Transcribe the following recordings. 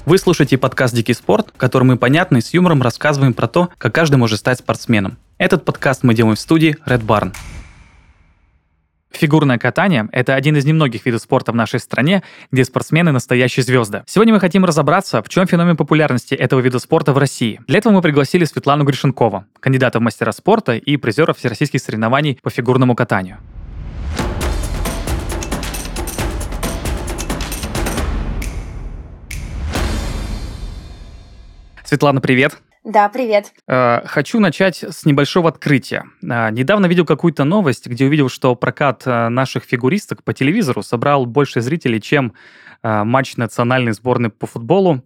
Вы слушаете подкаст «Дикий спорт», в котором мы понятно и с юмором рассказываем про то, как каждый может стать спортсменом. Этот подкаст мы делаем в студии Red Barn. Фигурное катание – это один из немногих видов спорта в нашей стране, где спортсмены – настоящие звезды. Сегодня мы хотим разобраться, в чем феномен популярности этого вида спорта в России. Для этого мы пригласили Светлану Гришенкову, кандидата в мастера спорта и призера всероссийских соревнований по фигурному катанию. Светлана, привет. Да, привет. Хочу начать с небольшого открытия. Недавно видел какую-то новость, где увидел, что прокат наших фигуристок по телевизору собрал больше зрителей, чем матч национальной сборной по футболу.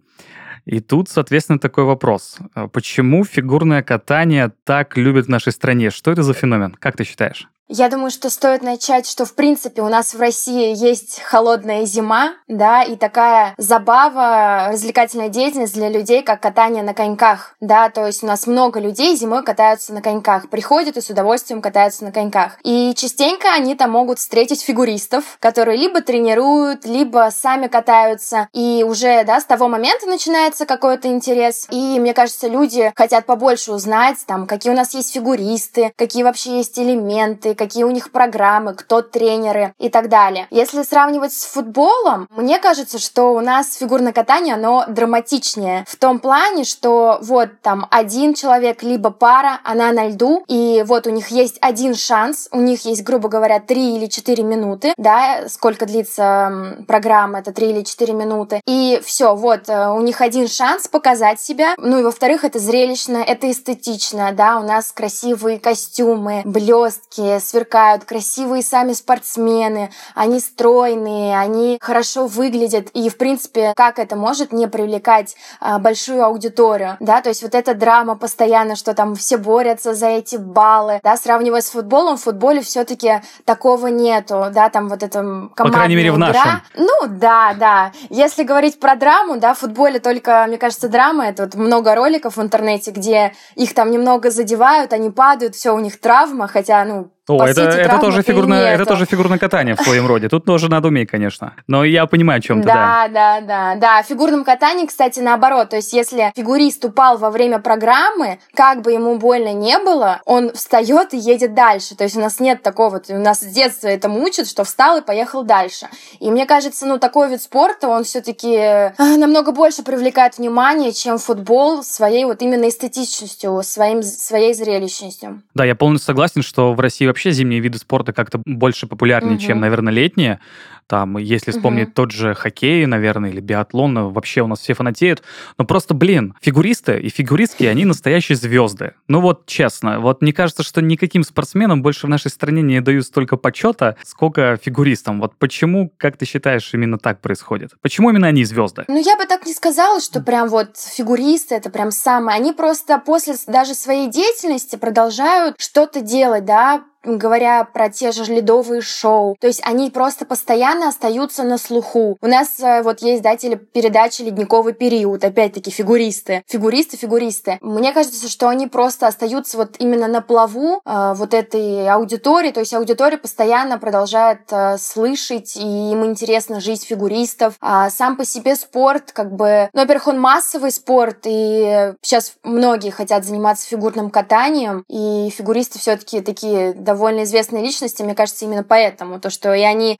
И тут, соответственно, такой вопрос. Почему фигурное катание так любят в нашей стране? Что это за феномен? Как ты считаешь? Я думаю, что стоит начать, что, в принципе, у нас в России есть холодная зима, да, и такая забава, развлекательная деятельность для людей, как катание на коньках, да, то есть у нас много людей зимой катаются на коньках, приходят и с удовольствием катаются на коньках. И частенько они там могут встретить фигуристов, которые либо тренируют, либо сами катаются, и уже, да, с того момента начинается какой-то интерес, и, мне кажется, люди хотят побольше узнать, там, какие у нас есть фигуристы, какие вообще есть элементы, какие у них программы, кто тренеры и так далее. Если сравнивать с футболом, мне кажется, что у нас фигурное катание, оно драматичнее. В том плане, что вот там один человек, либо пара, она на льду, и вот у них есть один шанс, у них есть, грубо говоря, 3 или 4 минуты, да, сколько длится программа, это 3 или 4 минуты, и все, вот, у них один шанс показать себя, ну и во-вторых, это зрелищно, это эстетично, да, у нас красивые костюмы, блестки, сверкают, красивые сами спортсмены, они стройные, они хорошо выглядят, и, в принципе, как это может не привлекать большую аудиторию, да, то есть вот эта драма постоянно, что там все борются за эти баллы, да, сравнивая с футболом, в футболе все-таки такого нету, да, там вот эта командная игра. По крайней мере, в нашем. Ну, да. Если говорить про драму, да, в футболе только, мне кажется, драма, это вот много роликов в интернете, где их там немного задевают, они падают, все, у них травма, хотя, ну, это тоже фигурное катание в своем роде. Тут тоже надо уметь, конечно. Но я понимаю, о чем ты, да. Да. В фигурном катании, кстати, наоборот. То есть, если фигурист упал во время программы, как бы ему больно не было, он встает и едет дальше. То есть, у нас нет такого, у нас с детства этому учат, что встал и поехал дальше. И мне кажется, ну, такой вид спорта, он все-таки намного больше привлекает внимание, чем футбол своей вот именно эстетичностью, своей зрелищностью. Да, я полностью согласен, что в России вообще зимние виды спорта как-то больше популярнее, чем, наверное, летние. Там, если вспомнить тот же хоккей, наверное, или биатлон, вообще у нас все фанатеют. Но просто, фигуристы и фигуристки, они настоящие звезды. Ну вот честно, вот мне кажется, что никаким спортсменам больше в нашей стране не дают столько почета, сколько фигуристам. Вот почему, как ты считаешь, именно так происходит? Почему именно они звезды? Ну, я бы так не сказала, что прям вот фигуристы это прям самое. Они просто после даже своей деятельности продолжают что-то делать, да, говоря про те же ледовые шоу. То есть они просто постоянно остаются на слуху. У нас вот есть, да, телепередача «Ледниковый период», опять-таки фигуристы. Фигуристы. Мне кажется, что они просто остаются вот именно на плаву вот этой аудитории. То есть аудитория постоянно продолжает слышать, и им интересна жизнь фигуристов. Сам по себе спорт, как бы... Ну, во-первых, он массовый спорт, и сейчас многие хотят заниматься фигурным катанием, и фигуристы все-таки такие довольно известные личности, мне кажется, именно поэтому. То, что и они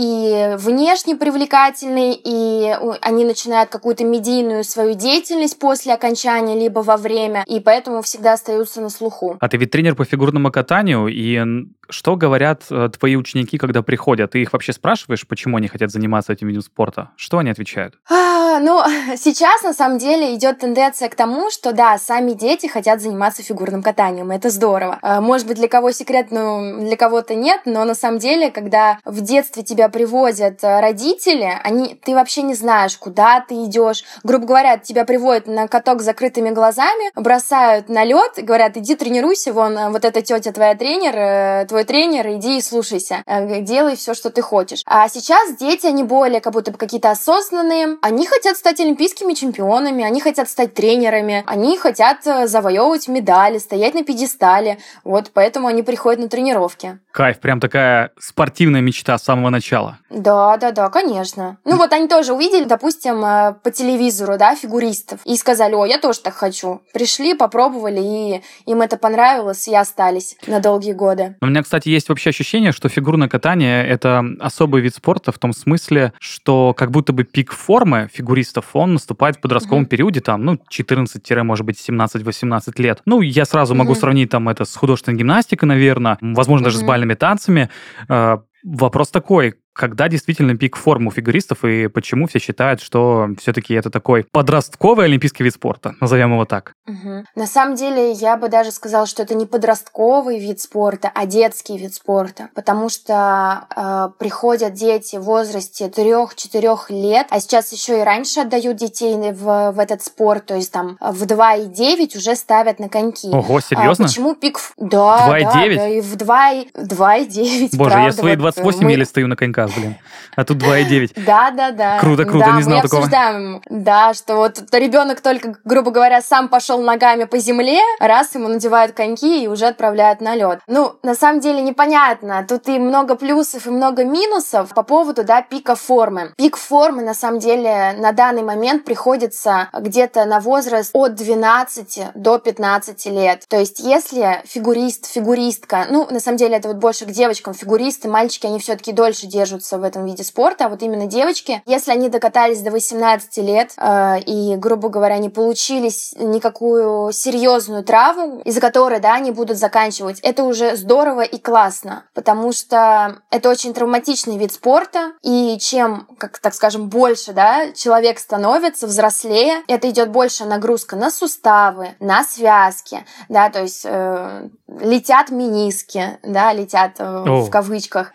и внешне привлекательны, и они начинают какую-то медийную свою деятельность после окончания, либо во время, и поэтому всегда остаются на слуху. А ты ведь тренер по фигурному катанию, и что говорят твои ученики, когда приходят? Ты их вообще спрашиваешь, почему они хотят заниматься этим видом спорта? Что они отвечают? Ну, сейчас, на самом деле, идет тенденция к тому, что, да, сами дети хотят заниматься фигурным катанием, это здорово. Может быть, для кого секрет, ну, для кого-то нет, но на самом деле, когда в детстве тебя привозят родители, ты вообще не знаешь, куда ты идешь. Грубо говоря, тебя приводят на каток с закрытыми глазами, бросают на лед, говорят, иди тренируйся, вон, вот эта тетя твоя тренер, твой твой тренер, иди и слушайся, делай все, что ты хочешь. А сейчас дети, они более как будто бы какие-то осознанные, они хотят стать олимпийскими чемпионами, они хотят стать тренерами, они хотят завоевывать медали, стоять на пьедестале, вот поэтому они приходят на тренировки. Кайф, прям такая спортивная мечта с самого начала. Да, конечно. Ну вот они тоже увидели, допустим, по телевизору, да, фигуристов, и сказали: о, я тоже так хочу. Пришли, попробовали, и им это понравилось, и остались на долгие годы. У меня, кстати, есть вообще ощущение, что фигурное катание — это особый вид спорта в том смысле, что как будто бы пик формы фигуристов, он наступает в подростковом периоде, там, 14, может быть, 17-18 лет. Я сразу могу сравнить там это с художественной гимнастикой, наверное, возможно, даже с бальными танцами. Вопрос такой: когда действительно пик формы у фигуристов, и почему все считают, что все-таки это такой подростковый олимпийский вид спорта, назовем его так? На самом деле, я бы даже сказала, что это не подростковый вид спорта, а детский вид спорта, потому что приходят дети в возрасте 3-4 лет, а сейчас еще и раньше отдают детей в этот спорт, то есть там в 2,9 уже ставят на коньки. Ого, серьезно? Почему пик... Да, 2,9? Да, и в 2,9, Боже, правда, я свои 28 еле стою на коньках, блин. А тут 2,9. Да. Круто, не знал такого. Мы обсуждаем, да, что вот ребенок только, грубо говоря, сам пошел ногами по земле, раз ему надевают коньки и уже отправляют на лед. На самом деле непонятно. Тут и много плюсов, и много минусов по поводу, да, пика формы. Пик формы, на самом деле, на данный момент приходится где-то на возраст от 12 до 15 лет. То есть, если фигуристка, на самом деле, это вот больше к девочкам, фигуристы, мальчики, они все-таки дольше держатся в этом виде спорта, а вот именно девочки, если они докатались до 18 лет и, грубо говоря, не получили никакую серьезную травму, из-за которой, да, они будут заканчивать, это уже здорово и классно, потому что это очень травматичный вид спорта, и чем, так скажем, больше, да, человек становится, взрослее, это идет большая нагрузка на суставы, на связки, да, то есть летят мениски, да, летят в кавычках,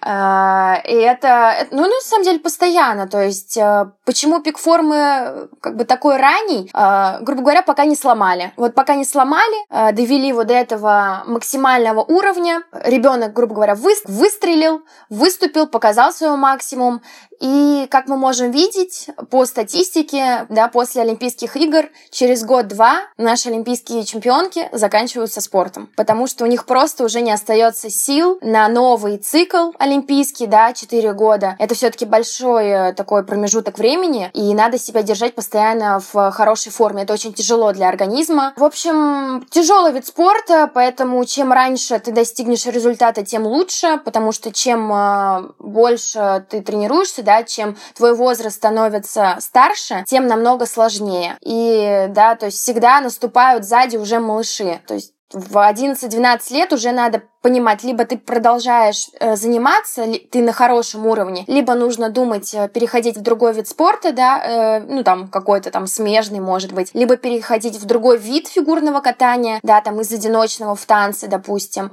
и это, на самом деле, постоянно. То есть, почему пик формы как бы такой ранний, грубо говоря, пока не сломали. Вот пока не сломали, довели вот до этого максимального уровня, ребенок, грубо говоря, выстрелил, выступил, показал свой максимум. И, как мы можем видеть по статистике, да, после Олимпийских игр, через год-два наши олимпийские чемпионки заканчиваются спортом, потому что у них просто уже не остается сил на новый цикл олимпийский, да, 4 года. Это все-таки большой такой промежуток времени, и надо себя держать постоянно в хорошей форме. Это очень тяжело для организма. В общем, тяжелый вид спорта, поэтому чем раньше ты достигнешь результата, тем лучше, потому что чем больше ты тренируешься, да, чем твой возраст становится старше, тем намного сложнее. И, да, то есть всегда наступают сзади уже малыши. То есть в 11-12 лет уже надо понимать, либо ты продолжаешь заниматься, ты на хорошем уровне, либо нужно думать переходить в другой вид спорта, да, там какой-то там смежный, может быть, либо переходить в другой вид фигурного катания, да, там из одиночного в танцы, допустим,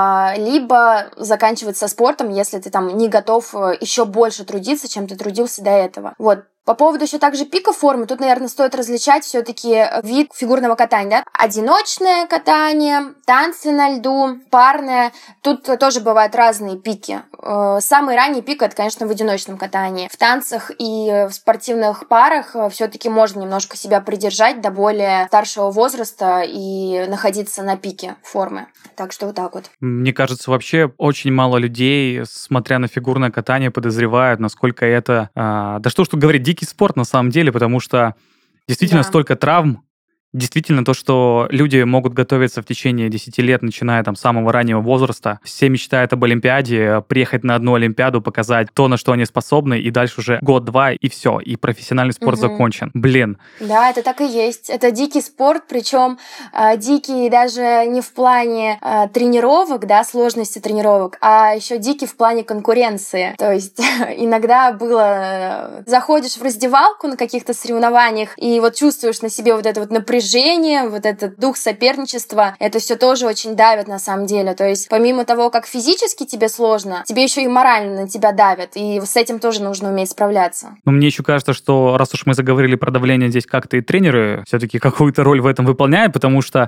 либо заканчивать со спортом, если ты там не готов еще больше трудиться, чем ты трудился до этого. Вот. По поводу еще также пика формы, тут, наверное, стоит различать все-таки вид фигурного катания, да? Одиночное катание, танцы на льду, парное. Тут тоже бывают разные пики. Самый ранний пик — это, конечно, в одиночном катании. В танцах и в спортивных парах все-таки можно немножко себя придержать до более старшего возраста и находиться на пике формы. Так что вот так вот. Мне кажется, вообще очень мало людей, смотря на фигурное катание, подозревают, насколько это... Да что тут говорить, дикий спорт на самом деле, потому что действительно столько травм. Действительно, то, что люди могут готовиться в течение 10 лет, начиная там с самого раннего возраста. Все мечтают об Олимпиаде, приехать на одну Олимпиаду, показать то, на что они способны, и дальше уже год-два, и все, и профессиональный спорт закончен. Блин. Да, это так и есть. Это дикий спорт, причем дикий даже не в плане тренировок, да, сложности тренировок, а еще дикий в плане конкуренции. То есть иногда было... Заходишь в раздевалку на каких-то соревнованиях, и вот чувствуешь на себе вот это вот напряжение, напряжение, вот этот дух соперничества, это все тоже очень давит на самом деле. То есть помимо того, как физически тебе сложно, тебе еще и морально на тебя давят, и с этим тоже нужно уметь справляться. Но мне еще кажется, что раз уж мы заговорили про давление, здесь как-то и тренеры все-таки какую-то роль в этом выполняют, потому что,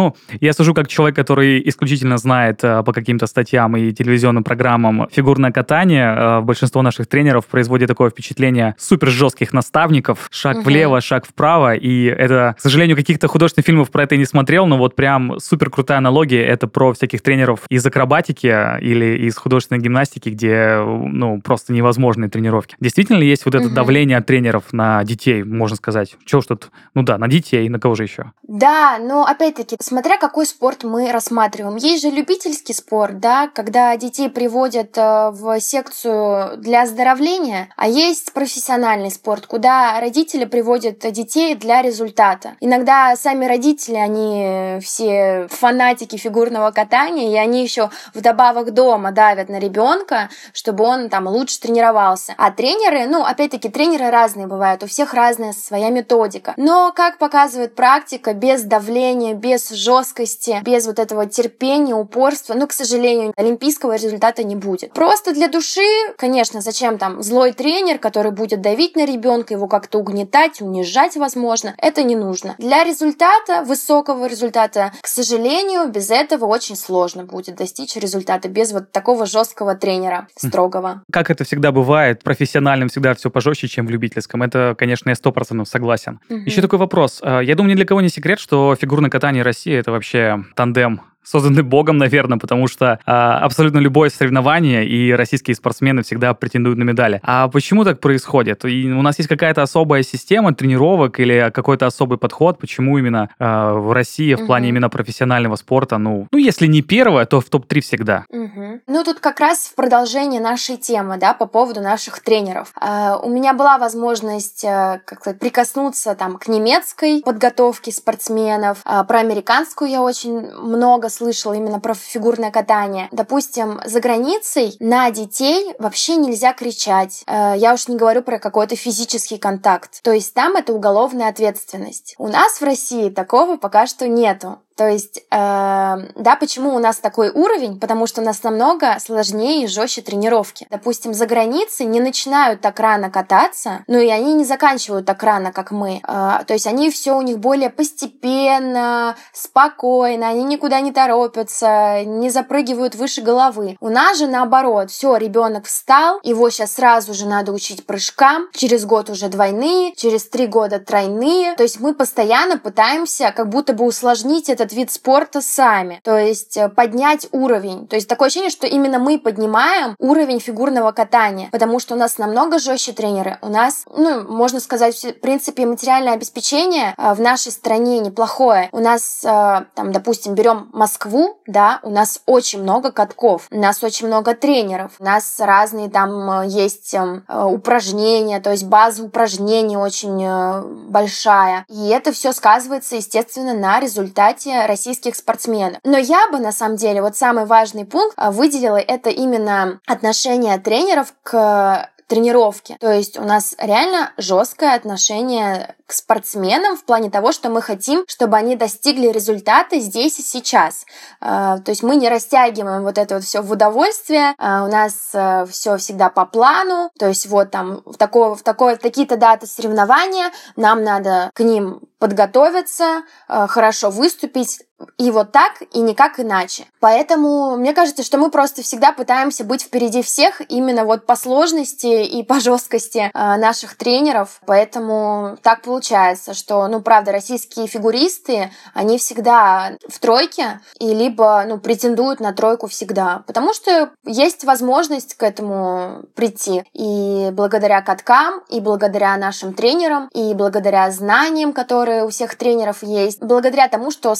я сужу как человек, который исключительно знает по каким-то статьям и телевизионным программам фигурное катание. Большинство наших тренеров производит такое впечатление супер жестких наставников. Шаг влево, шаг вправо. И это, к сожалению, каких-то художественных фильмов про это я не смотрел, но вот прям супер крутая аналогия. Это про всяких тренеров из акробатики или из художественной гимнастики, где, просто невозможные тренировки. Действительно ли есть вот это давление от тренеров на детей, можно сказать? Чего ж тут? На детей, на кого же еще? Да, но опять-таки, смотря какой спорт мы рассматриваем. Есть же любительский спорт, да, когда детей приводят в секцию для оздоровления, а есть профессиональный спорт, куда родители приводят детей для результата. Иногда сами родители, они все фанатики фигурного катания, и они еще вдобавок дома давят на ребенка, чтобы он там лучше тренировался. А тренеры, опять-таки, тренеры разные бывают, у всех разная своя методика. Но, как показывает практика, без давления, без жесткости, без вот этого терпения, упорства, к сожалению, олимпийского результата не будет. Просто для души, конечно, зачем там злой тренер, который будет давить на ребенка, его как-то угнетать, унижать, возможно, это не нужно. Для результата, высокого результата, к сожалению, без этого очень сложно будет достичь результата, без вот такого жесткого тренера, строгого. Как это всегда бывает, профессиональным всегда все пожестче, чем в любительском. Это, конечно, я 100% согласен. Еще такой вопрос. Я думаю, ни для кого не секрет, что фигурное катание России — это вообще тандем, созданный Богом, наверное, потому что абсолютно любое соревнование, и российские спортсмены всегда претендуют на медали. А почему так происходит? И у нас есть какая-то особая система тренировок или какой-то особый подход? Почему именно в России в плане именно профессионального спорта, если не первое, то в топ-3 всегда? Тут как раз в продолжение нашей темы, да, по поводу наших тренеров. У меня была возможность как-то прикоснуться к немецкой подготовке спортсменов. Про американскую я очень много слышала именно про фигурное катание. Допустим, за границей на детей вообще нельзя кричать. Я уж не говорю про какой-то физический контакт. То есть там это уголовная ответственность. У нас в России такого пока что нету. То есть, почему у нас такой уровень? Потому что у нас намного сложнее и жестче тренировки. Допустим, за границей не начинают так рано кататься, и они не заканчивают так рано, как мы. То есть они все у них более постепенно, спокойно, они никуда не торопятся, не запрыгивают выше головы. У нас же наоборот, все, ребенок встал, его сейчас сразу же надо учить прыжкам, через год уже двойные, через 3 года тройные. То есть мы постоянно пытаемся как будто бы усложнить этот вид спорта сами, то есть поднять уровень. То есть такое ощущение, что именно мы поднимаем уровень фигурного катания, потому что у нас намного жестче тренеры. У нас, можно сказать, в принципе, материальное обеспечение в нашей стране неплохое. У нас, допустим, берем Москву, да, у нас очень много катков, у нас очень много тренеров, у нас разные есть упражнения, то есть база упражнений очень большая. И это все сказывается, естественно, на результате российских спортсменов. Но я бы, на самом деле, самый важный пункт выделила это именно отношение тренеров к тренировки. То есть у нас реально жесткое отношение к спортсменам в плане того, что мы хотим, чтобы они достигли результата здесь и сейчас. То есть мы не растягиваем вот это все в удовольствие. У нас все всегда по плану. То есть в такие-то даты соревнования нам надо к ним подготовиться, хорошо выступить, и вот так, и никак иначе. Поэтому мне кажется, что мы просто всегда пытаемся быть впереди всех именно по сложности и по жесткости наших тренеров. Поэтому так получается, что, правда, российские фигуристы, они всегда в тройке, и либо, претендуют на тройку всегда. Потому что есть возможность к этому прийти. И благодаря каткам, и благодаря нашим тренерам, и благодаря знаниям, которые у всех тренеров есть, благодаря тому, что сами тренеры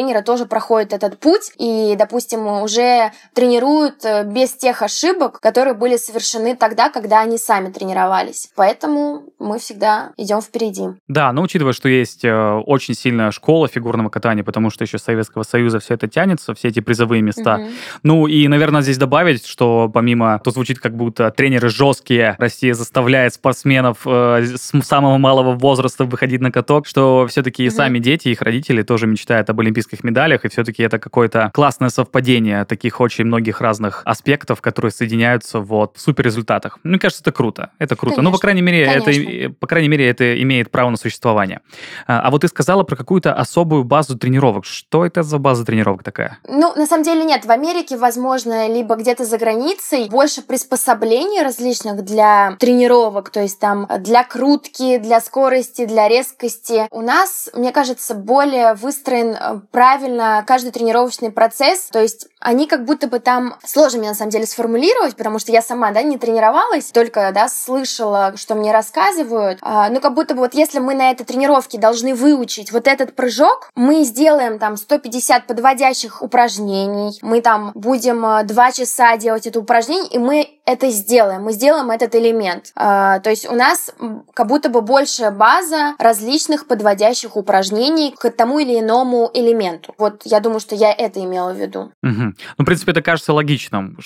тренеры тоже проходят этот путь и, допустим, уже тренируют без тех ошибок, которые были совершены тогда, когда они сами тренировались. Поэтому мы всегда идем впереди. Да, но учитывая, что есть очень сильная школа фигурного катания, потому что еще с Советского Союза все это тянется, все эти призовые места. Ну и, наверное, здесь добавить, что помимо, то звучит как будто тренеры жесткие, Россия заставляет спортсменов с самого малого возраста выходить на каток, что все-таки и сами дети, их родители тоже мечтают об олимпийских медалях, и все-таки это какое-то классное совпадение таких очень многих разных аспектов, которые соединяются вот в суперрезультатах. Мне кажется, это круто. Это круто. Конечно, ну, по крайней мере, это имеет право на существование. А вот ты сказала про какую-то особую базу тренировок. Что это за база тренировок такая? Ну, на самом деле нет. В Америке, возможно, либо где-то за границей больше приспособлений различных для тренировок, то есть там для крутки, для скорости, для резкости. У нас, мне кажется, более выстроен правильно каждый тренировочный процесс, то есть они как будто бы там сложно мне на самом деле сформулировать, потому что я сама, не тренировалась, только, слышала, что мне рассказывают. Ну, как будто бы вот если мы на этой тренировке должны выучить вот этот прыжок, мы сделаем там 150 подводящих упражнений, мы там будем 2 часа делать это упражнение, и мы это сделаем, мы сделаем этот элемент. То есть у нас как будто бы больше база различных подводящих упражнений к тому или иному элементу. Вот я думаю, что я это имела в виду. Ну, в принципе, это кажется логичным,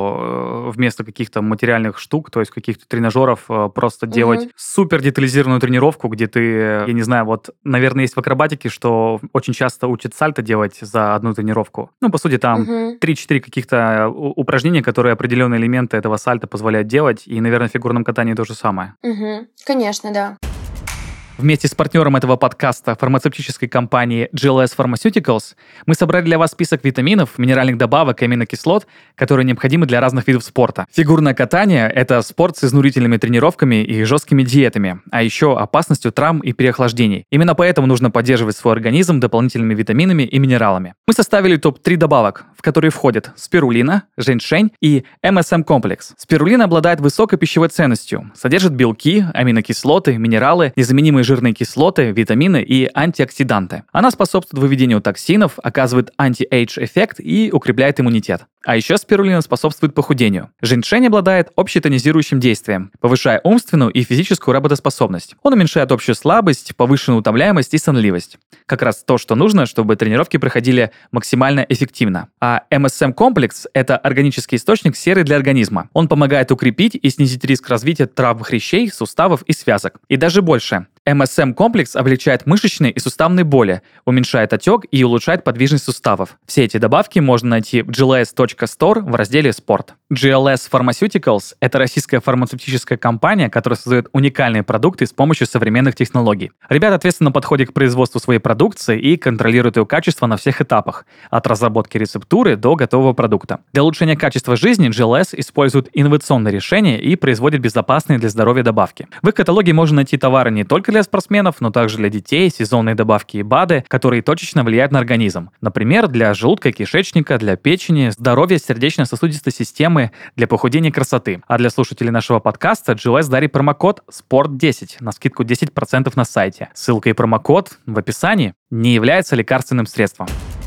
что вместо каких-то материальных штук, то есть каких-то тренажеров, просто делать супер детализированную тренировку, где ты, я не знаю, вот, наверное, есть в акробатике, что очень часто учат сальто делать за одну тренировку. Ну, по сути, там 3-4 каких-то упражнения, которые определенные элементы этого сальто позволяют делать, и, наверное, в фигурном катании то же самое. Конечно, да. Вместе с партнером этого подкаста, фармацевтической компанией GLS Pharmaceuticals, мы собрали для вас список витаминов, минеральных добавок и аминокислот, которые необходимы для разных видов спорта. Фигурное катание – это спорт с изнурительными тренировками и жесткими диетами, а еще опасностью травм и переохлаждений. Именно поэтому нужно поддерживать свой организм дополнительными витаминами и минералами. Мы составили топ-3 добавок, в которые входят спирулина, женьшень и MSM-комплекс. Спирулина обладает высокой пищевой ценностью, содержит белки, аминокислоты, минералы, незаменимые жирные кислоты, витамины и антиоксиданты. Она способствует выведению токсинов, оказывает анти-эйдж-эффект и укрепляет иммунитет. А еще спирулина способствует похудению. Женьшень обладает общетонизирующим действием, повышая умственную и физическую работоспособность. Он уменьшает общую слабость, повышенную утомляемость и сонливость. Как раз то, что нужно, чтобы тренировки проходили максимально эффективно. А MSM-комплекс – это органический источник серы для организма. Он помогает укрепить и снизить риск развития травм хрящей, суставов и связок. И даже больше. MSM-комплекс облегчает мышечные и суставные боли, уменьшает отек и улучшает подвижность суставов. Все эти добавки можно найти в gls.store в разделе «Спорт». GLS Pharmaceuticals – это российская фармацевтическая компания, которая создает уникальные продукты с помощью современных технологий. Ребята ответственно подходят к производству своей продукции и контролируют ее качество на всех этапах, от разработки рецептуры до готового продукта. Для улучшения качества жизни GLS использует инновационные решения и производит безопасные для здоровья добавки. В их каталоге можно найти товары не только для спортсменов, но также для детей, сезонные добавки и БАДы, которые точечно влияют на организм. Например, для желудка и кишечника, для печени, здоровья сердечно-сосудистой системы, для похудения и красоты. А для слушателей нашего подкаста GLS дарит промокод SPORT10 на скидку 10% на сайте. Ссылка и промокод в описании. Не является лекарственным средством.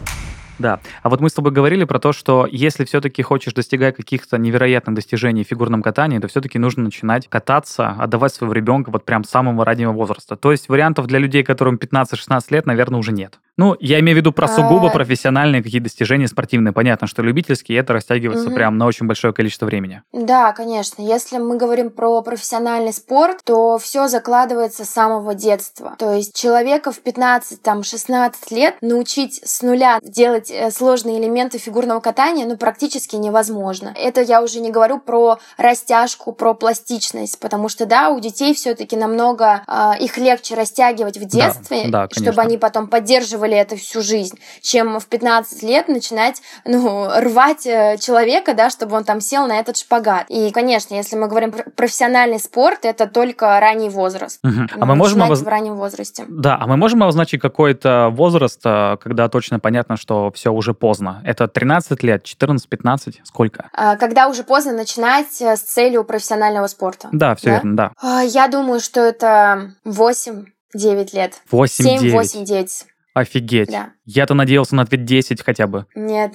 Да. А вот мы с тобой говорили про то, что если все-таки хочешь достигать каких-то невероятных достижений в фигурном катании, то все-таки нужно начинать кататься, отдавать своего ребенка вот прям с самого раннего возраста. То есть вариантов для людей, которым 15-16 лет, наверное, уже нет. Ну, я имею в виду про сугубо профессиональные какие-то достижения спортивные. Понятно, что любительские, это растягивается прям на очень большое количество времени. Да, конечно. Если мы говорим про профессиональный спорт, то все закладывается с самого детства. То есть человека в 15-16 лет научить с нуля делать сложные элементы фигурного катания, практически невозможно. Это я уже не говорю про растяжку, про пластичность, потому что, да, у детей все-таки намного их легче растягивать в детстве, да, чтобы они потом поддерживали это всю жизнь, чем в 15 лет начинать, рвать человека, да, чтобы он там сел на этот шпагат. И, конечно, если мы говорим про профессиональный спорт, это только ранний возраст. А мы можем в раннем возрасте. Да, а мы можем обозначить какой-то возраст, когда точно понятно, что все уже поздно. Это 13 лет, 14, 15, сколько? Когда уже поздно начинать с целью профессионального спорта. Да, все верно, да. Я думаю, что это 8-9 лет. 8-9. 7-8-9. Офигеть. Да. Я-то надеялся на ответ 10 хотя бы. Нет.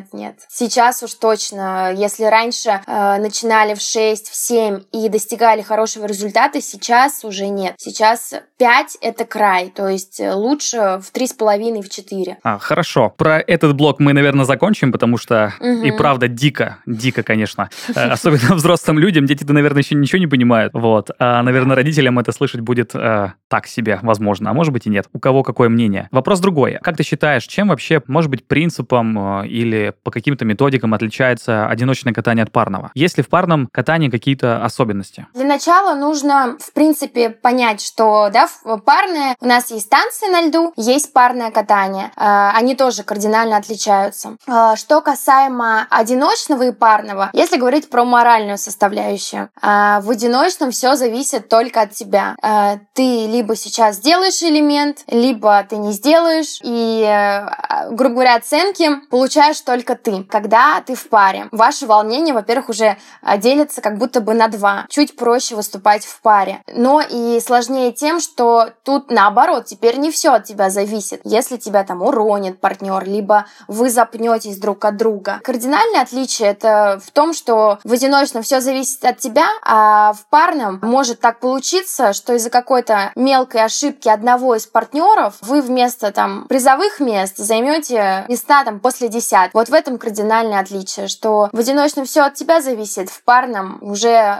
Сейчас уж точно. Если раньше начинали в 6, в 7 и достигали хорошего результата, сейчас уже нет. Сейчас 5 — это край. То есть лучше в 3,5, в 4. Хорошо. Про этот блок мы, наверное, закончим, потому что и правда дико, конечно. Особенно взрослым людям. Дети-то, наверное, еще ничего не понимают. Вот. А, наверное, родителям это слышать будет так себе, возможно. А может быть и нет. У кого какое мнение. Вопрос другой. Как ты считаешь, чем вообще, может быть, принципом или по каким-то методикам отличается одиночное катание от парного? Есть ли в парном катании какие-то особенности? Для начала нужно, в принципе, понять, что в парное у нас есть танцы на льду, есть парное катание. Они тоже кардинально отличаются. Что касаемо одиночного и парного, если говорить про моральную составляющую, в одиночном все зависит только от тебя. Ты либо сейчас сделаешь элемент, либо ты не сделаешь, и, грубо говоря, оценки получаешь только ты. Когда ты в паре, ваше волнение, во-первых, уже делится как будто бы на 2. Чуть проще выступать в паре. Но и сложнее тем, что тут наоборот, теперь не все от тебя зависит. Если тебя там уронит партнер, либо вы запнетесь друг от друга. Кардинальное отличие это в том, что в одиночном все зависит от тебя, а в парном может так получиться, что из-за какой-то мелкой ошибки одного из партнеров вы вместо призовых мест займете места после 10. Вот в этом кардинальное отличие, что в одиночном все от тебя зависит, в парном уже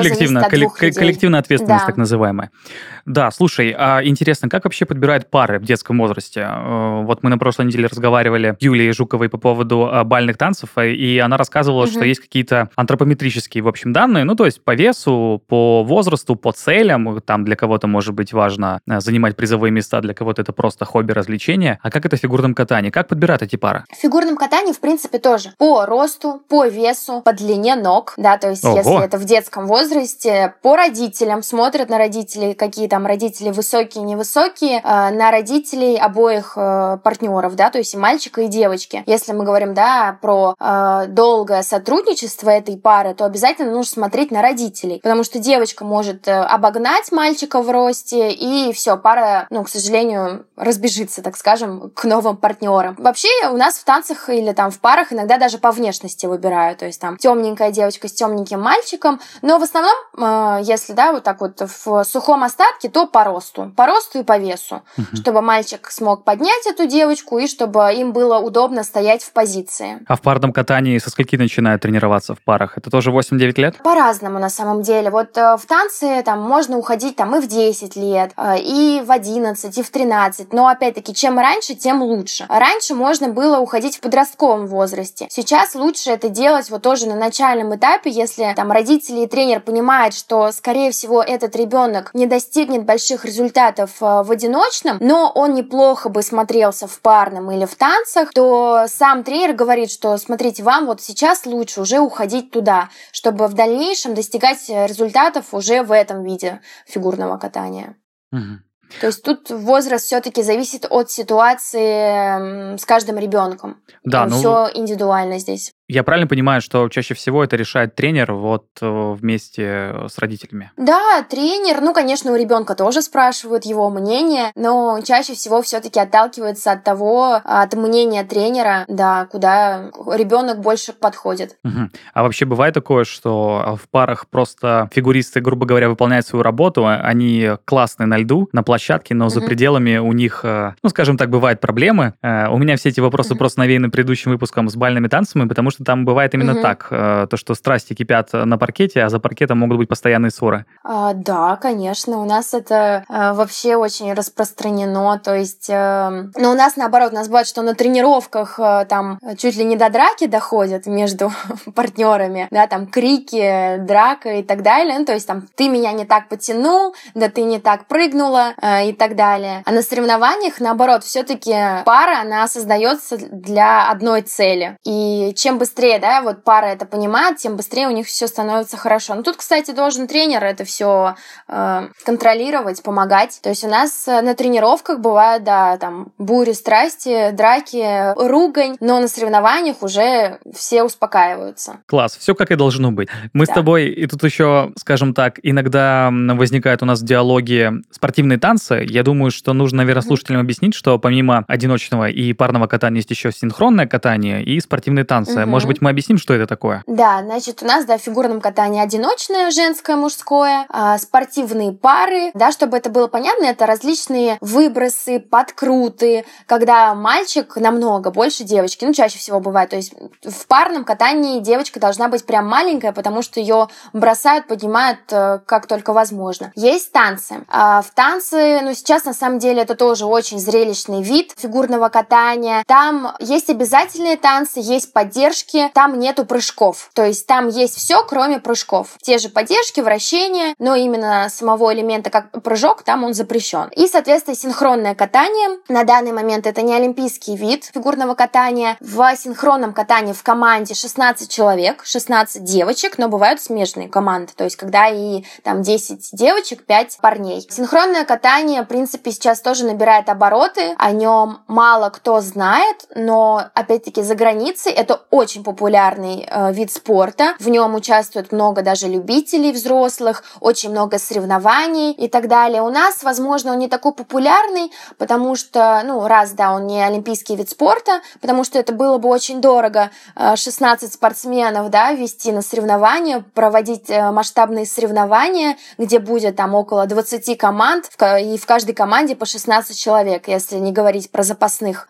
коллективная ответственность, так называемая. Да, слушай, интересно, как вообще подбирают пары в детском возрасте? Вот мы на прошлой неделе разговаривали с Юлией Жуковой по поводу бальных танцев, и она рассказывала, что есть какие-то антропометрические, в общем, данные, то есть по весу, по возрасту, по целям, там для кого-то, может быть, важно занимать призовые места, для кого-то это просто хобби, развлечение. А как это в фигурном катании? Как подбирают эти пары? В фигурном катании, в принципе, тоже по росту, по весу, по длине ног, то есть если это в детском возрасте, по родителям, смотрят на родителей, какие там родители высокие, невысокие, на родителей обоих партнеров, то есть и мальчика, и девочки. Если мы говорим, про долгое сотрудничество этой пары, то обязательно нужно смотреть на родителей, потому что девочка может обогнать мальчика в росте, и все, пара, к сожалению, разбежится, так скажем, к новым партнерам. Вообще у нас в танцах или в парах иногда даже по внешности выбирают, то есть темненькая девочка с темненьким мальчиком, но в основном, если в сухом остатке, то по росту и по весу, чтобы мальчик смог поднять эту девочку и чтобы им было удобно стоять в позиции. А в парном катании со скольки начинают тренироваться в парах? Это тоже 8-9 лет? По-разному на самом деле. Вот в танцы можно уходить и в 10 лет, и в 11, и в 13. Но опять-таки, чем раньше, тем лучше. Раньше можно было уходить в подростковом возрасте. Сейчас лучше это делать тоже на начальном этапе, если родители и тренер понимают, что, скорее всего, этот ребенок не достигнет больших результатов в одиночном, но он неплохо бы смотрелся в парном или в танцах, то сам тренер говорит, что смотрите, вам сейчас лучше уже уходить туда, чтобы в дальнейшем достигать результатов уже в этом виде фигурного катания. То есть тут возраст все-таки зависит от ситуации с каждым ребенком. Да, все индивидуально здесь. Я правильно понимаю, что чаще всего это решает тренер вместе с родителями? Да, тренер, конечно, у ребенка тоже спрашивают его мнение, но чаще всего все-таки отталкивается от мнения тренера, куда ребенок больше подходит. А вообще бывает такое, что в парах просто фигуристы, грубо говоря, выполняют свою работу, они классные на льду, на площадке, но за пределами у них, скажем так, бывают проблемы. У меня все эти вопросы просто навеяны предыдущим выпуском с бальными танцами, потому что там бывает именно так, то, что страсти кипят на паркете, а за паркетом могут быть постоянные ссоры. Да, конечно, у нас это вообще очень распространено, то есть, но у нас наоборот, у нас бывает, что на тренировках чуть ли не до драки доходят между партнерами, крики, драка и так далее, то есть ты меня не так потянул, да ты не так прыгнула и так далее. А на соревнованиях, наоборот, все-таки пара, она создается для одной цели, и чем быстрее, да, вот пара это понимает, тем быстрее у них все становится хорошо. Но тут, кстати, должен тренер это все контролировать, помогать. То есть у нас на тренировках бывают, да, там бури, страсти, драки, ругань, но на соревнованиях уже все успокаиваются. Класс, все как и должно быть. Мы с тобой, и тут еще, скажем так, иногда возникает у нас в диалоге спортивные танцы. Я думаю, что нужно, наверное, слушателям объяснить, что помимо одиночного и парного катания есть еще синхронное катание и спортивные танцы. Может быть, мы объясним, что это такое? Да, значит, у нас, да, в фигурном катании одиночное, женское, мужское, спортивные пары, да, чтобы это было понятно, это различные выбросы, подкруты, когда мальчик намного больше девочки, чаще всего бывает, то есть в парном катании девочка должна быть прям маленькая, потому что ее бросают, поднимают как только возможно. Есть танцы. В танцы, сейчас на самом деле это тоже очень зрелищный вид фигурного катания. Там есть обязательные танцы, есть поддержки, там нету прыжков. То есть там есть все, кроме прыжков. Те же поддержки, вращения, но именно самого элемента как прыжок, там он запрещен. И, соответственно, синхронное катание. На данный момент это не олимпийский вид фигурного катания. В синхронном катании в команде 16 человек, 16 девочек, но бывают смежные команды. То есть когда и там 10 девочек, 5 парней. Синхронное катание, в принципе, сейчас тоже набирает обороты. О нем мало кто знает, но, опять-таки, за границей это очень популярный вид спорта. В нем участвует много даже любителей взрослых, очень много соревнований и так далее. У нас, возможно, он не такой популярный, потому что, он не олимпийский вид спорта, потому что это было бы очень дорого 16 спортсменов, да, вести на соревнования, проводить масштабные соревнования, где будет там около 20 команд, и в каждой команде по 16 человек, если не говорить про запасных.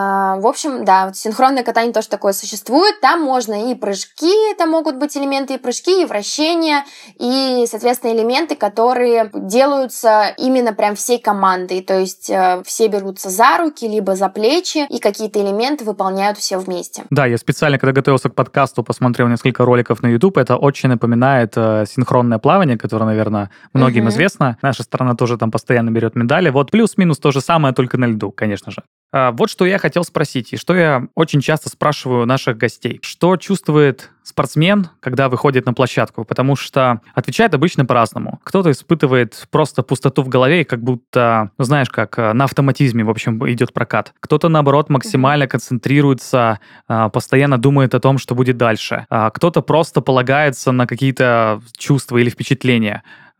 В общем, да, синхронное катание тоже такое существует. Там можно и прыжки, там могут быть элементы и прыжки, и вращения, и, соответственно, элементы, которые делаются именно прям всей командой. То есть все берутся за руки, либо за плечи, и какие-то элементы выполняют все вместе. Да, я специально, когда готовился к подкасту, посмотрел несколько роликов на YouTube. Это очень напоминает синхронное плавание, которое, наверное, многим известно. Наша страна тоже там постоянно берет медали. Вот плюс-минус то же самое, только на льду, конечно же. Вот что я хотел спросить, и что я очень часто спрашиваю наших гостей. Что чувствует спортсмен, когда выходит на площадку? Потому что отвечает обычно по-разному. Кто-то испытывает просто пустоту в голове, как будто, знаешь, как на автоматизме, в общем, идет прокат. Кто-то, наоборот, максимально концентрируется, постоянно думает о том, что будет дальше. Кто-то просто полагается на какие-то чувства или впечатления.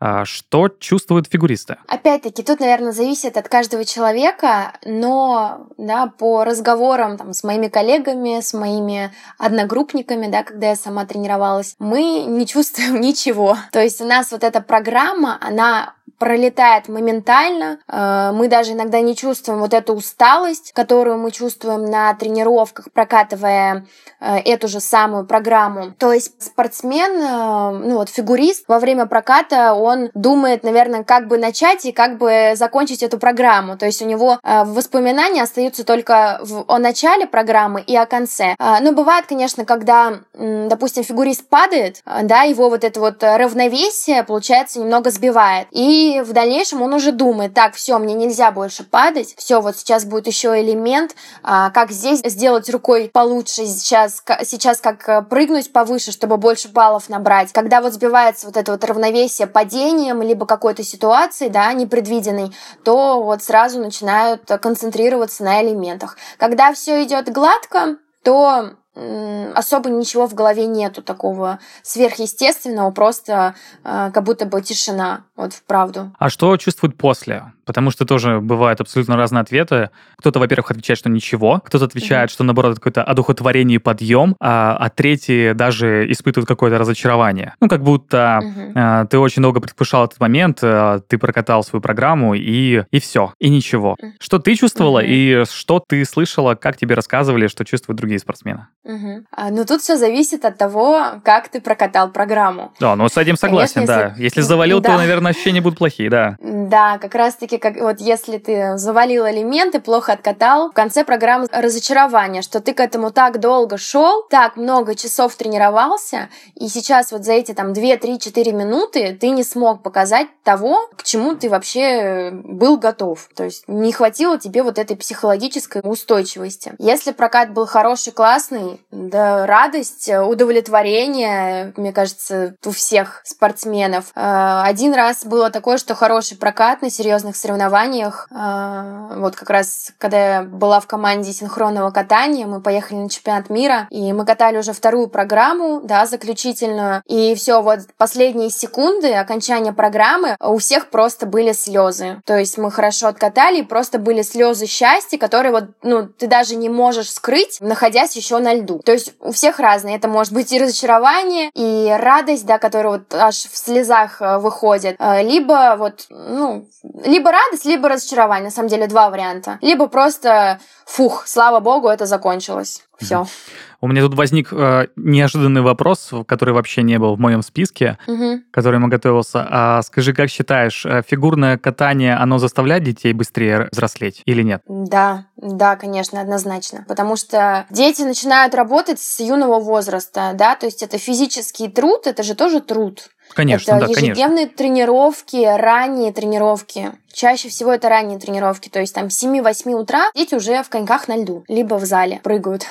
Что чувствуют фигуристы? Опять-таки, тут, наверное, зависит от каждого человека, но по разговорам с моими коллегами, с моими одногруппниками, когда я сама тренировалась, мы не чувствуем ничего. То есть у нас вот эта программа, она пролетает моментально. Мы даже иногда не чувствуем вот эту усталость, которую мы чувствуем на тренировках, прокатывая эту же самую программу. То есть спортсмен, фигурист, во время проката он думает, наверное, как бы начать и как бы закончить эту программу. То есть у него воспоминания остаются только о начале программы и о конце. Но бывает, конечно, когда, допустим, фигурист падает, его вот это вот равновесие, получается, немного сбивает. И в дальнейшем он уже думает, так, все, мне нельзя больше падать, все, вот сейчас будет еще элемент, как здесь сделать рукой получше, сейчас как прыгнуть повыше, чтобы больше баллов набрать. Когда вот сбивается вот это вот равновесие падением, либо какой-то ситуацией, непредвиденной, то вот сразу начинают концентрироваться на элементах. Когда все идет гладко, то особо ничего в голове нету такого сверхъестественного, просто как будто бы тишина, вот вправду. А что чувствуют после? Потому что тоже бывают абсолютно разные ответы. Кто-то, во-первых, отвечает, что ничего, кто-то отвечает, что, наоборот, какое-то одухотворение и подъем, а третьи даже испытывают какое-то разочарование. Как будто ты очень долго предвкушал этот момент, ты прокатал свою программу, и все, и ничего. Что ты чувствовала, и что ты слышала, как тебе рассказывали, что чувствуют другие спортсмены? Тут все зависит от того, как ты прокатал программму. Да, с этим согласен, конечно, да. Если завалил, то, наверное, ощущения будут плохие, да. Да, как раз-таки, как вот если ты завалил элементы, плохо откатал, в конце программы разочарование, что ты к этому так долго шел, так много часов тренировался, и сейчас вот за эти там 2, 3, 4 минуты ты не смог показать того, к чему ты вообще был готов. То есть не хватило тебе вот этой психологической устойчивости. Если прокат был хороший, классный, да, радость, удовлетворение, мне кажется, у всех спортсменов. Один раз было такое, что хороший прокат на серьезных соревнованиях. Вот как раз, когда я была в команде синхронного катания, мы поехали на чемпионат мира, и мы катали уже вторую программу, да, заключительную, и все, вот последние секунды окончания программы у всех просто были слезы. То есть мы хорошо откатали, и просто были слезы счастья, которые вот, ну, ты даже не можешь скрыть, находясь еще на льду. То есть у всех разные. Это может быть и разочарование, и радость, да, которая вот аж в слезах выходит. Либо вот, ну, либо радость, либо разочарование. На самом деле два варианта. Либо просто, фух, слава богу, это закончилось. Все. У меня тут возник неожиданный вопрос, который вообще не был в моем списке, к которому готовился. А скажи, как считаешь, фигурное катание, оно заставляет детей быстрее взрослеть или нет? Да, конечно, однозначно. Потому что дети начинают работать с юного возраста, да, то есть это физический труд, это же тоже труд. Конечно, это да, ежедневные тренировки, ранние тренировки. Чаще всего это ранние тренировки, то есть там с 7-8 утра дети уже в коньках на льду, либо в зале прыгают,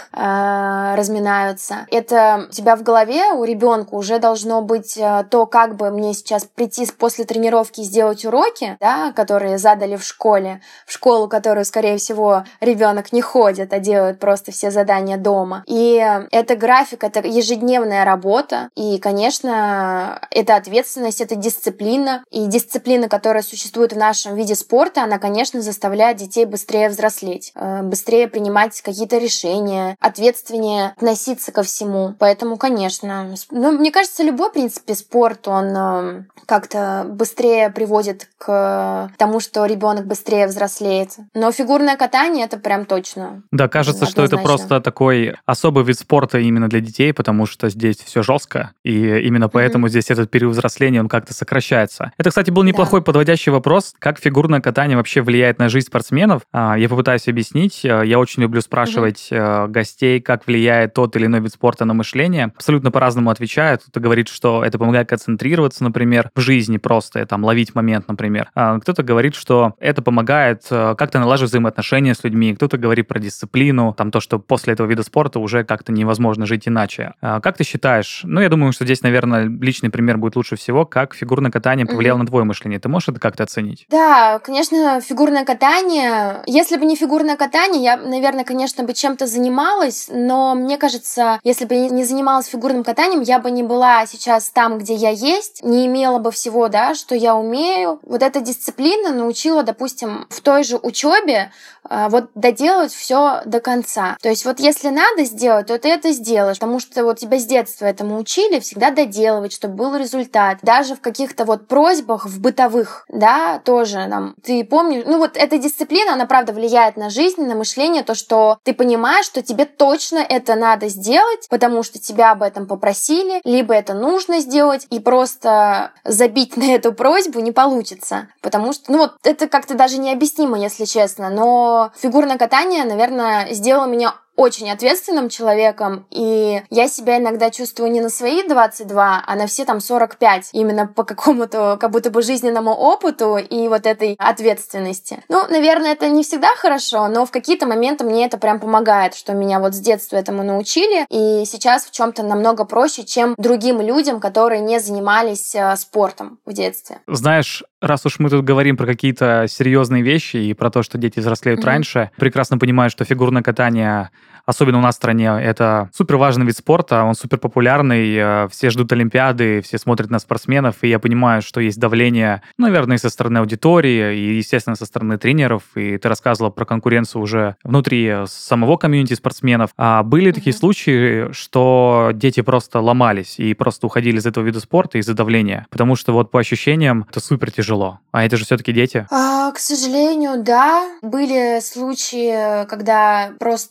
разминаются. Это у тебя в голове, у ребенка уже должно быть то, как бы мне сейчас прийти после тренировки и сделать уроки, да, которые задали в школе, в школу, которую, скорее всего, ребенок не ходит, а делает просто все задания дома. И это график, это ежедневная работа, и, конечно, это ответственность, это дисциплина, и дисциплина, которая существует в нашем виде спорта, она, конечно, заставляет детей быстрее взрослеть, быстрее принимать какие-то решения, ответственнее относиться ко всему. Поэтому, конечно, ну, мне кажется, любой, в принципе, спорт, он как-то быстрее приводит к тому, что ребенок быстрее взрослеет. Но фигурное катание — это прям точно. Да, кажется, что это просто такой особый вид спорта именно для детей, потому что здесь все жестко, и именно поэтому здесь этот период взросления, он как-то сокращается. Это, кстати, был неплохой подводящий вопрос, как фигурное катание вообще влияет на жизнь спортсменов. Я попытаюсь объяснить. Я очень люблю спрашивать гостей, как влияет тот или иной вид спорта на мышление. Абсолютно по-разному отвечают. Кто-то говорит, что это помогает концентрироваться, например, в жизни просто, там, ловить момент, например. Кто-то говорит, что это помогает как-то налаживать взаимоотношения с людьми. Кто-то говорит про дисциплину, там, то, что после этого вида спорта уже как-то невозможно жить иначе. Как ты считаешь? Ну, я думаю, что здесь, наверное, личный пример будет лучше всего, как фигурное катание повлияло на твое мышление. Ты можешь это как-то оценить? Да, конечно, фигурное катание. Если бы не фигурное катание, я, наверное, конечно, бы чем-то занималась, но мне кажется, если бы не занималась фигурным катанием, я бы не была сейчас там, где я есть, не имела бы всего, да, что я умею. Вот эта дисциплина научила, допустим, в той же учебе вот доделать все до конца. То есть вот если надо сделать, то ты это сделаешь, потому что вот тебя с детства этому учили, всегда доделывать, чтобы был результат. Даже в каких-то вот просьбах, в бытовых, да, тоже там, ты помнишь, ну вот эта дисциплина, она правда влияет на жизнь, на мышление, то, что ты понимаешь, что тебе точно это надо сделать, потому что тебя об этом попросили, либо это нужно сделать, и просто забить на эту просьбу не получится, потому что, ну вот, это как-то даже необъяснимо, если честно, но фигурное катание, наверное, сделало меня очень ответственным человеком, и я себя иногда чувствую не на свои 22, а на все там 45, именно по какому-то как будто бы жизненному опыту и вот этой ответственности. Ну, наверное, это не всегда хорошо, но в какие-то моменты мне это прям помогает, что меня вот с детства этому научили, и сейчас в чем-то намного проще, чем другим людям, которые не занимались спортом в детстве. Знаешь, раз уж мы тут говорим про какие-то серьезные вещи и про то, что дети взрослеют раньше, прекрасно понимаю, что фигурное катание, особенно у нас в стране, это супер важный вид спорта, он супер популярный, все ждут Олимпиады, все смотрят на спортсменов, и я понимаю, что есть давление, наверное, и со стороны аудитории, и, естественно, со стороны тренеров, и ты рассказывала про конкуренцию уже внутри самого комьюнити спортсменов. А были такие случаи, что дети просто ломались и просто уходили из этого вида спорта из-за давления? Потому что вот по ощущениям это супер тяжело. А это же все-таки дети. К сожалению, да. Были случаи, когда просто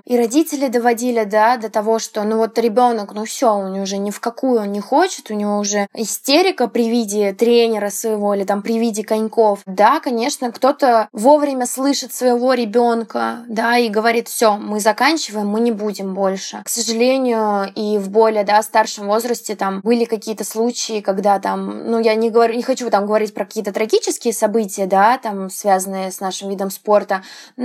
и родители доводили, да, до того, что, ну вот ребенок, ну все, он уже ни в какую он не хочет, у него уже истерика при виде тренера своего или там при виде коньков. Да, конечно, кто-то вовремя слышит своего ребенка, да, и говорит: все, мы заканчиваем, мы не будем больше. К сожалению, и в более, да, старшем возрасте там были какие-то случаи, когда там, ну я не хочу там говорить про какие-то трагические события, да, там связанные с нашим видом спорта,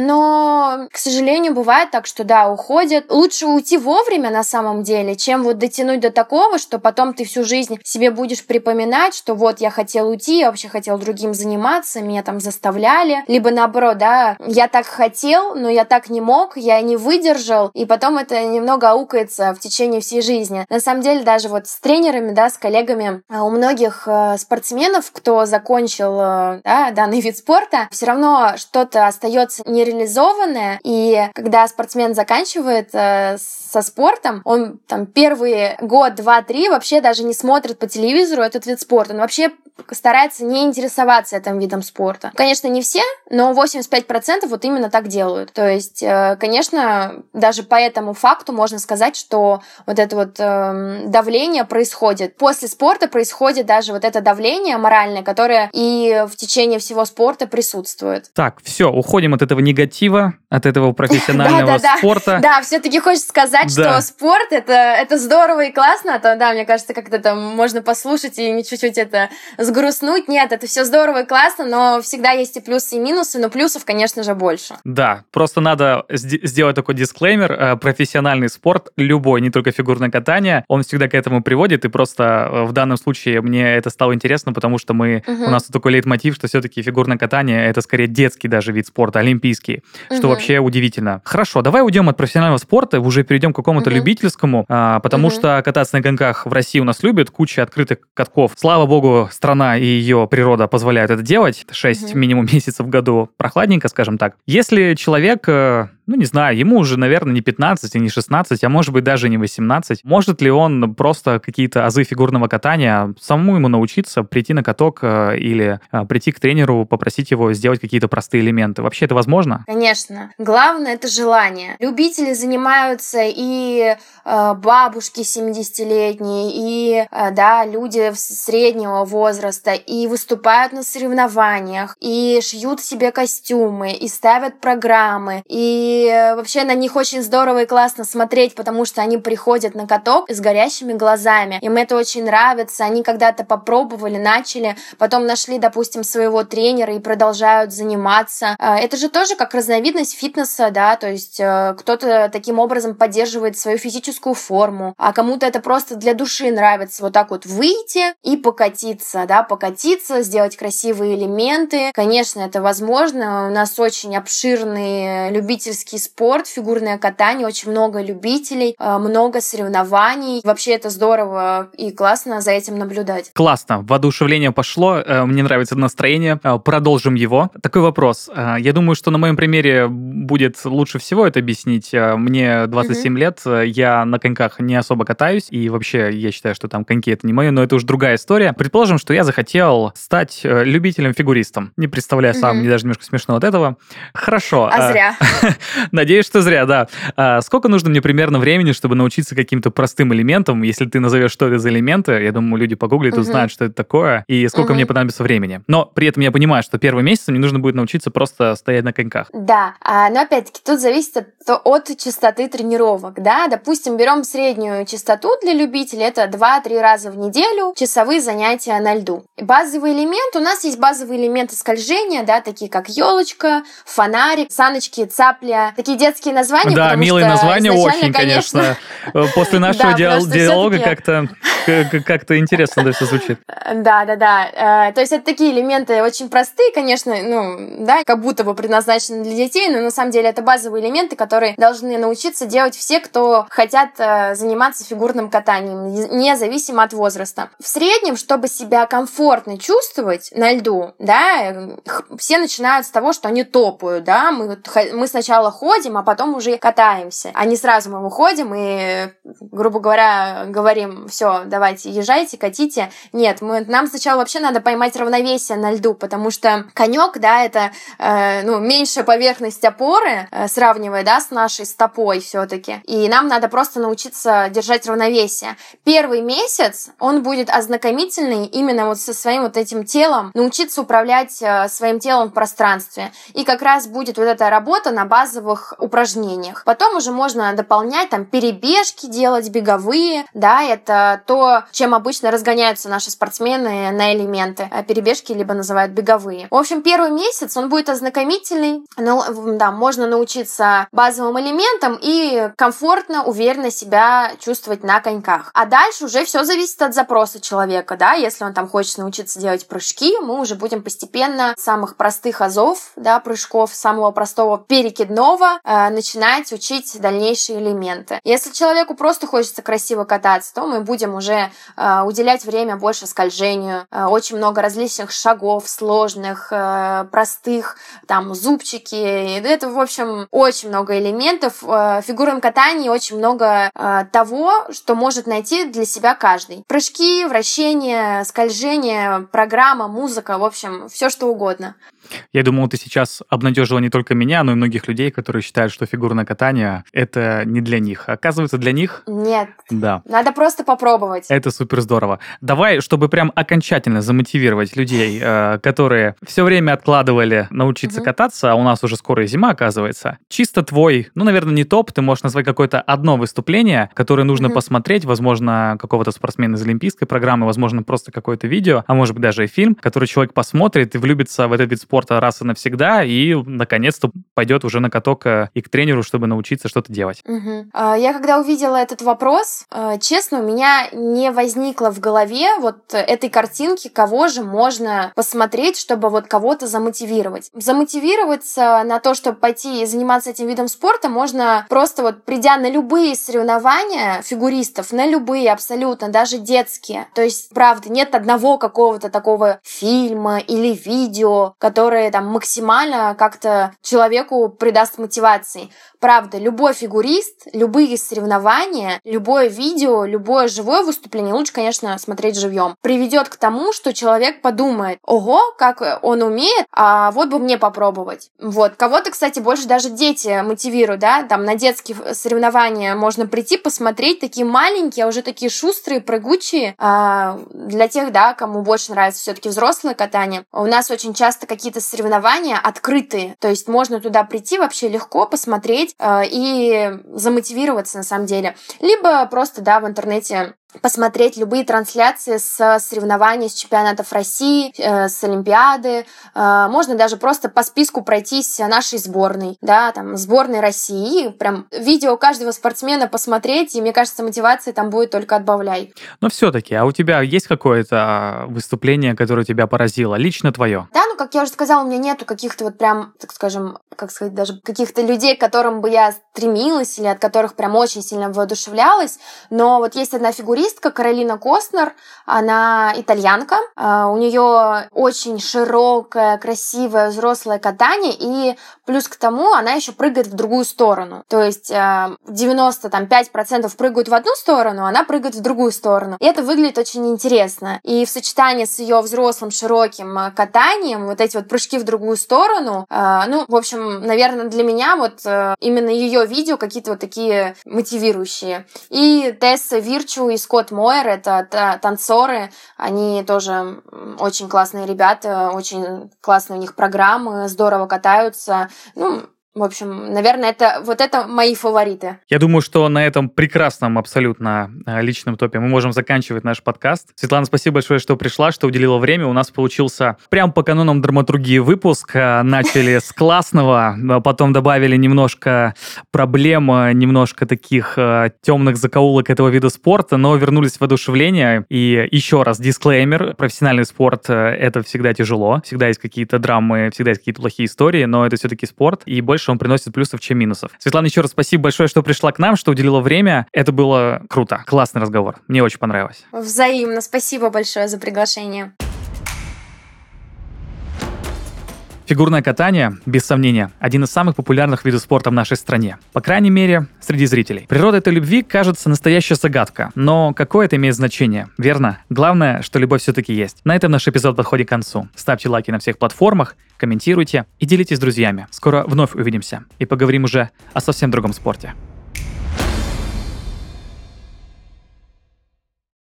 но, к сожалению, бывает так, что да, уходят. Лучше уйти вовремя на самом деле, чем вот дотянуть до такого, что потом ты всю жизнь себе будешь припоминать, что вот я хотел уйти, я вообще хотел другим заниматься, меня там заставляли, либо наоборот, да, я так хотел, но я так не мог, я не выдержал, и потом это немного аукается в течение всей жизни. На самом деле, даже вот с тренерами, да, с коллегами, у многих спортсменов, кто закончил, да, данный вид спорта, все равно что-то остается нереализованное, и когда спортсмен заканчивает со спортом, он там первые год, два, три вообще даже не смотрит по телевизору этот вид спорта, он вообще старается не интересоваться этим видом спорта. Конечно, не все, но 85% вот именно так делают. То есть, конечно, даже по этому факту можно сказать, что вот это вот давление происходит. После спорта происходит даже вот это давление моральное, которое и в течение всего спорта присутствует. Так, все, уходим от этого негатива, от этого профессионального спорта. Да, все-таки хочется сказать, что спорт это здорово и классно, а то, да, мне кажется, как-то там можно послушать и чуть-чуть это сгрустнуть. Нет, это все здорово и классно, но всегда есть и плюсы, и минусы, но плюсов, конечно же, больше. Да, просто надо сделать такой дисклеймер. Профессиональный спорт, любой, не только фигурное катание, он всегда к этому приводит, и просто в данном случае мне это стало интересно, потому что у нас такой лейтмотив, что все-таки фигурное катание — это скорее детский даже вид спорта, олимпийский, что вообще удивительно. Хорошо, давай уйдем от профессионального спорта, уже перейдем к какому-то любительскому, потому что кататься на коньках в России у нас любят, куча открытых катков. Слава богу, страна и ее природа позволяют это делать. 6 минимум месяцев в году прохладненько, скажем так. Если человек, ну, не знаю, ему уже, наверное, не 15 и не 16, а может быть даже не 18, может ли он просто какие-то азы фигурного катания самому ему научиться, прийти на каток или прийти к тренеру, попросить его сделать какие-то простые элементы? Вообще это возможно? Конечно. Главное — это желание. Любители занимаются и бабушки 70-летние, и да, люди среднего возраста, и выступают на соревнованиях, и шьют себе костюмы, и ставят программы, и вообще на них очень здорово и классно смотреть, потому что они приходят на каток с горящими глазами. Им это очень нравится. Они когда-то попробовали, начали, потом нашли, допустим, своего тренера и продолжают заниматься. Это же тоже как разновидность фитнеса, да, то есть кто-то таким образом поддерживает свою физическую форму, а кому-то это просто для души нравится вот так вот выйти и покатиться, да, покатиться, сделать красивые элементы. Конечно, это возможно. У нас очень обширный любительский спорт, фигурное катание, очень много любителей, много соревнований. Вообще это здорово и классно за этим наблюдать. Классно, воодушевление пошло, мне нравится настроение, продолжим его. Такой вопрос. Я думаю, что на моем примере будет лучше всего это объяснить. Мне 27 лет, я на коньках не особо катаюсь, и вообще я считаю, что там коньки — это не мое, но это уже другая история. Предположим, что я захотел стать любителем-фигуристом. Не представляю сам, мне даже немножко смешно от этого. Хорошо. А зря. Надеюсь, что зря, да. Сколько нужно мне примерно времени, чтобы научиться каким-то простым элементам? Если ты назовешь, что это за элементы, я думаю, люди погуглят и узнают, что это такое, и сколько мне понадобится времени. Но при этом я понимаю, что первый месяц мне нужно будет научиться просто стоять на коньках. Да, но опять-таки тут зависит от частоты тренировок, да. Допустим, берем среднюю частоту для любителей, это 2-3 раза в неделю часовые занятия на льду. Базовый элемент, у нас есть базовые элементы скольжения, да, такие как елочка, фонарик, саночки, цапля, такие детские названия. Да, милые названия очень, конечно. После нашего диалога как-то интересно да, все звучит. Да. То есть это такие элементы очень простые, конечно, ну, да, как будто бы предназначены для детей, но на самом деле это базовые элементы, которые должны научиться делать все, кто хотят заниматься фигурным катанием, независимо от возраста. В среднем, чтобы себя комфортно чувствовать на льду, да, все начинают с того, что они топают, да, мы сначала ходим, а потом уже катаемся, а не сразу мы выходим и, грубо говоря, говорим: все, давайте, езжайте, катите. Нет, нам сначала вообще надо поймать равновесие на льду, потому что конек, да, это меньшая поверхность опоры, сравнивая, да, с нашей стопой все-таки. И нам надо просто научиться держать равновесие. Первый месяц он будет ознакомительный именно вот со своим вот этим телом, научиться управлять своим телом в пространстве. И как раз будет вот эта работа на базовых упражнениях. Потом уже можно дополнять, там, перебежки делать, беговые, да, это то, чем обычно разгоняются наши спортсмены на элементы. Перебежки либо называют беговые. В общем, первый месяц он будет ознакомительный, да, можно научиться базовым элементам и комфортно, уверенно себя чувствовать на коньках. А дальше уже все зависит от запроса человека, да, если он там хочет научиться делать прыжки, мы уже будем постепенно с самых простых азов, да, прыжков, самого простого перекидного начинать учить дальнейшие элементы. Если человеку просто хочется красиво кататься, то мы будем уже уделять время больше скольжению, очень много различных шагов, сложных, простых, там, зубчики, это, в общем, очень много элементов. В фигурном катании очень много того, что может найти для себя каждый. Прыжки, вращения, скольжение, программа, музыка, в общем, все что угодно. Я думал, ты сейчас обнадежила не только меня, но и многих людей, которые считают, что фигурное катание — это не для них. Оказывается, для них... Нет. Да. Надо просто попробовать. Это супер здорово. Давай, чтобы прям окончательно замотивировать людей, которые все время откладывали научиться кататься, а у нас уже скоро и зима, оказывается. Чисто твой, наверное, не топ, ты можешь назвать какое-то одно выступление, которое нужно посмотреть, возможно, какого-то спортсмена из олимпийской программы, возможно, просто какое-то видео, а может быть даже и фильм, который человек посмотрит и влюбится в этот вид спорта раз и навсегда, и наконец-то пойдет уже на каток и к тренеру, чтобы научиться что-то делать. Я когда увидела этот вопрос, честно, у меня не возникло в голове вот этой картинки, кого же можно посмотреть, чтобы вот кого-то замотивировать. Замотивироваться на то, чтобы пойти и заниматься этим видом спорта, можно просто вот придя на любые соревнования фигуристов, на любые абсолютно, даже детские. То есть, правда, нет одного какого-то такого фильма или видео, которое там максимально как-то человеку придаст мотивации. Правда, любой фигурист, любые соревнования, любое видео, любое живое выступление, лучше, конечно, смотреть живьем, приведет к тому, что человек подумает: ого, как он умеет, а вот бы мне попробовать. Вот. Кого-то, кстати, больше даже дети мотивируют, да, там на детские соревнования можно прийти, посмотреть, такие маленькие, а уже такие шустрые, прыгучие. Для тех, да, кому больше нравится все-таки взрослое катание. У нас очень часто какие-то соревнования открытые, то есть можно туда прийти вообще легко, посмотреть и замотивироваться на самом деле. Либо просто, да, в интернете посмотреть любые трансляции с соревнований, с чемпионатов России, с Олимпиады. Можно даже просто по списку пройтись нашей сборной, да, там, сборной России. Прям видео каждого спортсмена посмотреть, и, мне кажется, мотивации там будет только отбавляй. Но все-таки, а у тебя есть какое-то выступление, которое тебя поразило, лично твое? Да, как я уже сказала, у меня нету каких-то вот прям, так скажем, как сказать, даже каких-то людей, к которым бы я стремилась или от которых прям очень сильно воодушевлялась. Но вот есть одна фигуристка, Каролина Костнер, она итальянка, у нее очень широкое, красивое, взрослое катание, и плюс к тому она еще прыгает в другую сторону. То есть 95% прыгают в одну сторону, она прыгает в другую сторону. И это выглядит очень интересно. И в сочетании с ее взрослым широким катанием, вот эти вот прыжки в другую сторону, в общем, наверное, для меня вот именно ее видео какие-то вот такие мотивирующие. И Тесса Вирчу и Скотт Мойер, это танцоры, они тоже очень классные ребята, очень классные у них программы, здорово катаются. В общем, наверное, это мои фавориты. Я думаю, что на этом прекрасном, абсолютно личном топе мы можем заканчивать наш подкаст. Светлана, спасибо большое, что пришла, что уделила время. У нас получился прям по канонам драматургии выпуск. Начали с классного, потом добавили немножко проблем, немножко таких темных закоулок этого вида спорта, но вернулись в воодушевление. И еще раз, дисклеймер. Профессиональный спорт — это всегда тяжело. Всегда есть какие-то драмы, всегда есть какие-то плохие истории, но это все-таки спорт. И больше он приносит плюсов, чем минусов. Светлана, еще раз спасибо большое, что пришла к нам, что уделила время. Это было круто. Классный разговор. Мне очень понравилось. Взаимно. Спасибо большое за приглашение. Фигурное катание, без сомнения, один из самых популярных видов спорта в нашей стране. По крайней мере, среди зрителей. Природа этой любви кажется настоящая загадка. Но какое это имеет значение, верно? Главное, что любовь все-таки есть. На этом наш эпизод подходит к концу. Ставьте лайки на всех платформах, комментируйте и делитесь с друзьями. Скоро вновь увидимся и поговорим уже о совсем другом спорте.